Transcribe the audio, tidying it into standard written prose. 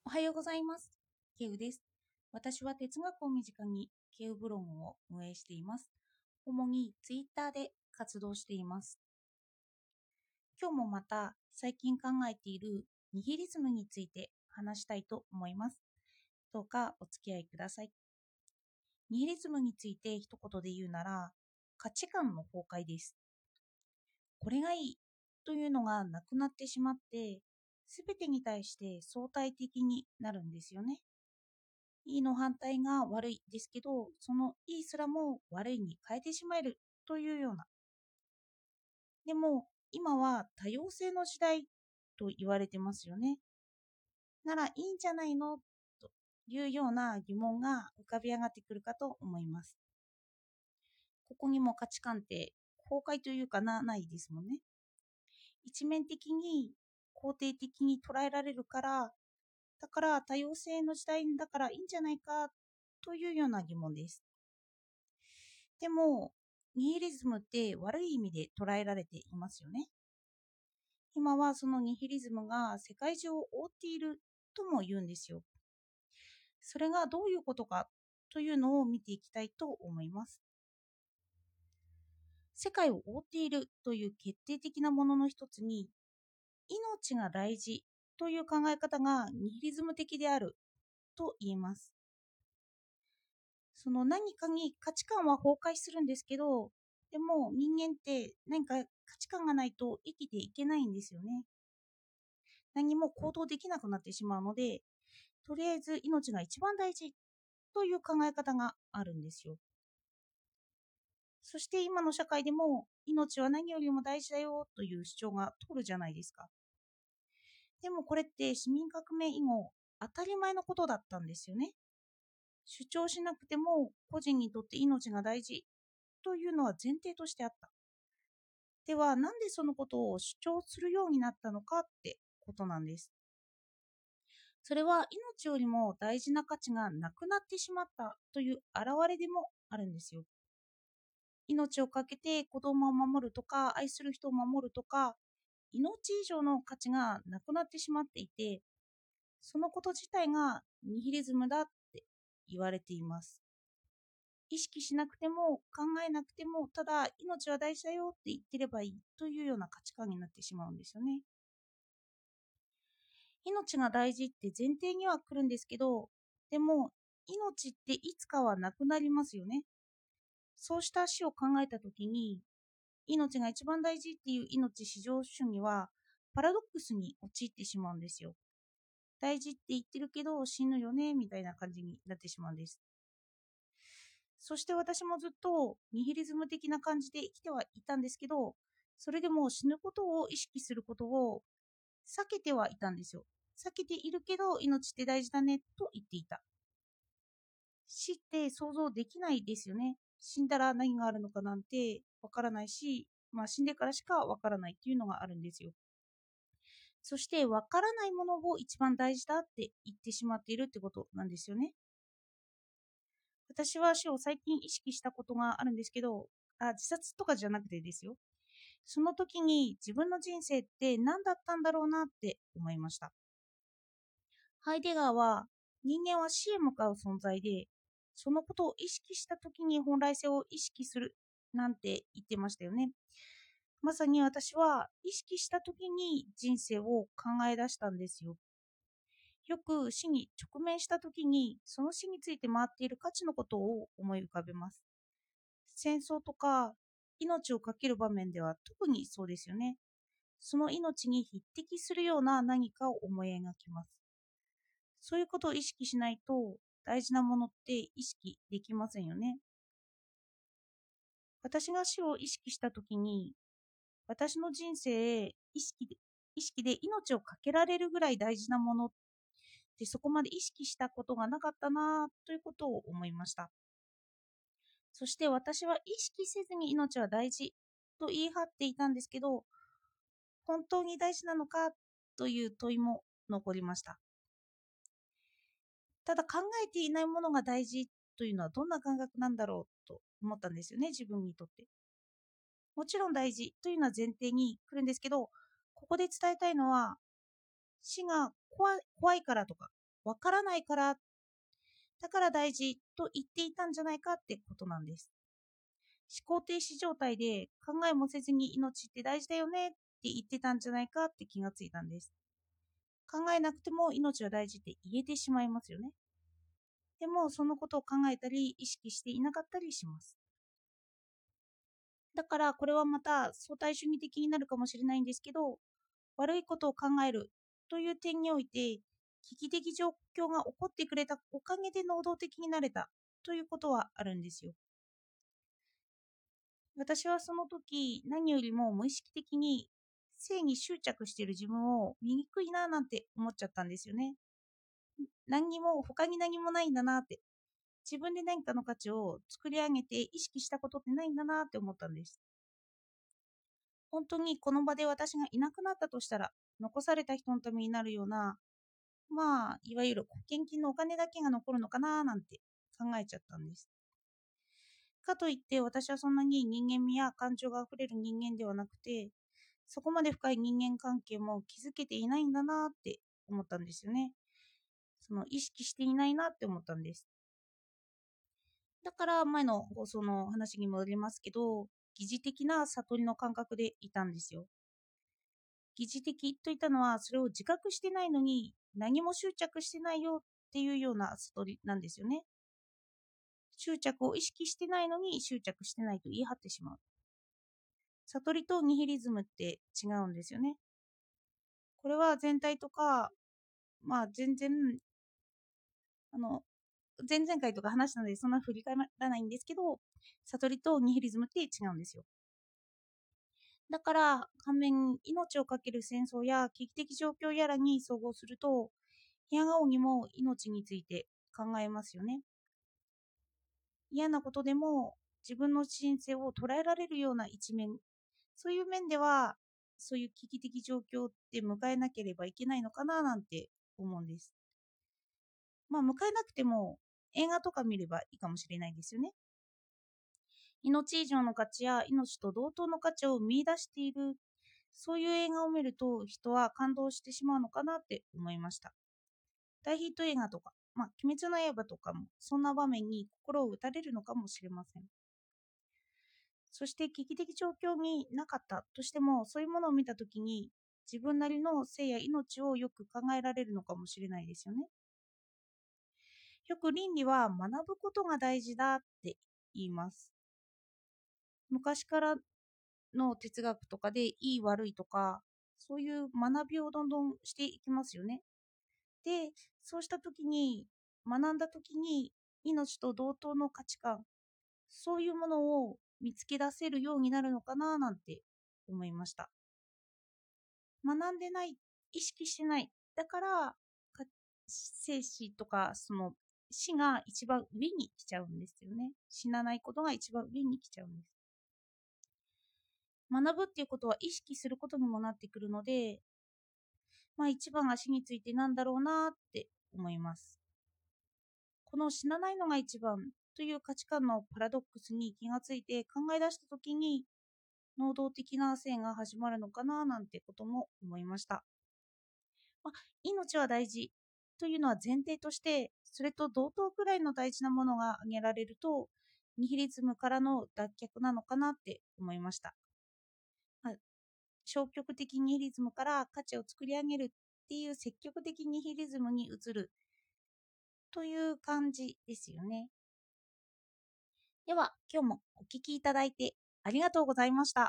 おはようございます。ケウです。私は哲学を身近にケウブログを運営しています。主にツイッターで活動しています。今日もまた最近考えているニヒリズムについて話したいと思います。どうかお付き合いください。ニヒリズムについて一言で言うなら価値観の崩壊です。これがいいというのがなくなってしまって、すべてに対して相対的になるんですよね。いいの反対が悪いですけど、そのいいすらも悪いに変えてしまえるというような。でも、今は多様性の時代と言われてますよね。ならいいんじゃないのというような疑問が浮かび上がってくるかと思います。ここにも価値観って崩壊というかないですもんね。一面的に肯定的に捉えられるから、だから多様性の時代だからいいんじゃないかというような疑問です。でも、ニヒリズムって悪い意味で捉えられていますよね。今はそのニヒリズムが世界中を覆っているとも言うんですよ。それがどういうことかというのを見ていきたいと思います。世界を覆っているという決定的なものの一つに、命が大事という考え方がニヒリズム的であると言います。その何かに価値観は崩壊するんですけど、でも人間って何か価値観がないと生きていけないんですよね。何も行動できなくなってしまうので、とりあえず命が一番大事という考え方があるんですよ。そして今の社会でも命は何よりも大事だよという主張が通るじゃないですか。でもこれって市民革命以後当たり前のことだったんですよね。主張しなくても個人にとって命が大事というのは前提としてあった。ではなんでそのことを主張するようになったのかってことなんです。それは命よりも大事な価値がなくなってしまったという現れでもあるんですよ。命を懸けて子供を守るとか愛する人を守るとか命以上の価値がなくなってしまっていて、そのこと自体がニヒリズムだって言われています。意識しなくても考えなくてもただ命は大事だよって言ってればいいというような価値観になってしまうんですよね。命が大事って前提には来るんですけど、でも命っていつかはなくなりますよね。そうした死を考えたときに、命が一番大事っていう命至上主義はパラドックスに陥ってしまうんですよ。大事って言ってるけど死ぬよねみたいな感じになってしまうんです。そして私もずっとニヒリズム的な感じで生きてはいたんですけど、それでも死ぬことを意識することを避けてはいたんですよ。避けているけど命って大事だねと言っていた。死って想像できないですよね。死んだら何があるのかなんてわからないし、死んでからしかわからないっていうのがあるんですよ。そしてわからないものを一番大事だって言ってしまっているってことなんですよね。私は死を最近意識したことがあるんですけど、自殺とかじゃなくてですよ。その時に自分の人生って何だったんだろうなって思いました。ハイデガーは人間は死へ向かう存在で、そのことを意識した時に本来性を意識するなんて言ってましたよね。まさに私は意識した時に人生を考え出したんですよ。よく死に直面した時にその死について回っている価値のことを思い浮かべます。戦争とか命を懸ける場面では特にそうですよね。その命に匹敵するような何かを思い描きます。そういうことを意識しないと大事なものって意識できませんよね。私が死を意識したときに、私の人生へ意識で命をかけられるぐらい大事なものってそこまで意識したことがなかったなということを思いました。そして私は意識せずに命は大事と言い張っていたんですけど、本当に大事なのかという問いも残りました。ただ考えていないものが大事というのはどんな感覚なんだろうと思ったんですよね、自分にとって。もちろん大事というのは前提に来るんですけど、ここで伝えたいのは、死が怖いからとか、 わからないから、だから大事と言っていたんじゃないかってことなんです。思考停止状態で考えもせずに命って大事だよねって言ってたんじゃないかって気がついたんです。考えなくても命は大事って言えてしまいますよね。でもそのことを考えたり意識していなかったりします。だからこれはまた相対主義的になるかもしれないんですけど、悪いことを考えるという点において危機的状況が起こってくれたおかげで能動的になれたということはあるんですよ。私はその時何よりも無意識的に性に執着している自分を醜いななんて思っちゃったんですよね。何にも他に何もないんだなって、自分で何かの価値を作り上げて意識したことってないんだなって思ったんです。本当にこの場で私がいなくなったとしたら残された人のためになるような、いわゆる保険金のお金だけが残るのかななんて考えちゃったんです。かといって私はそんなに人間味や感情があふれる人間ではなくて、そこまで深い人間関係も築けていないんだなって思ったんですよね。その意識していないなって思ったんです。だから前の放送の話に戻りますけど、疑似的な悟りの感覚でいたんですよ。疑似的といったのはそれを自覚してないのに何も執着してないよっていうような悟りなんですよね。執着を意識してないのに執着してないと言い張ってしまう。悟りとニヒリズムって違うんですよね。これは全体とか、全然、あの、前々回とか話したのでそんな振り返らないんですけど、悟りとニヒリズムって違うんですよ。だから、反面、命を懸ける戦争や危機的状況やらに総合すると、否が応にも命について考えますよね。嫌なことでも自分の人生を捉えられるような一面、そういう面では、そういう危機的状況って迎えなければいけないのかななんて思うんです。迎えなくても映画とか見ればいいかもしれないですよね。命以上の価値や命と同等の価値を見出している、そういう映画を見ると人は感動してしまうのかなって思いました。大ヒット映画とか、鬼滅の刃とかもそんな場面に心を打たれるのかもしれません。そして危機的状況になかったとしても、そういうものを見たときに自分なりの生や命をよく考えられるのかもしれないですよね。よく倫理は学ぶことが大事だって言います。昔からの哲学とかでいい悪いとか、そういう学びをどんどんしていきますよね。で、そうした時に、学んだ時に命と同等の価値観、そういうものを見つけ出せるようになるのかななんて思いました。学んでない、意識してない。だから、生死とか、その死が一番上に来ちゃうんですよね。死なないことが一番上に来ちゃうんです。学ぶっていうことは意識することにもなってくるので、一番足についてなんだろうなって思います。この死なないのが一番という価値観のパラドックスに気がついて考え出したときに、能動的な性が始まるのかななんてことも思いました。まあ、命は大事というのは前提として、それと同等くらいの大事なものが挙げられると、ニヒリズムからの脱却なのかなって思いました。消極的ニヒリズムから価値を作り上げるっていう積極的ニヒリズムに移るという感じですよね。では、今日もお聞きいただいてありがとうございました。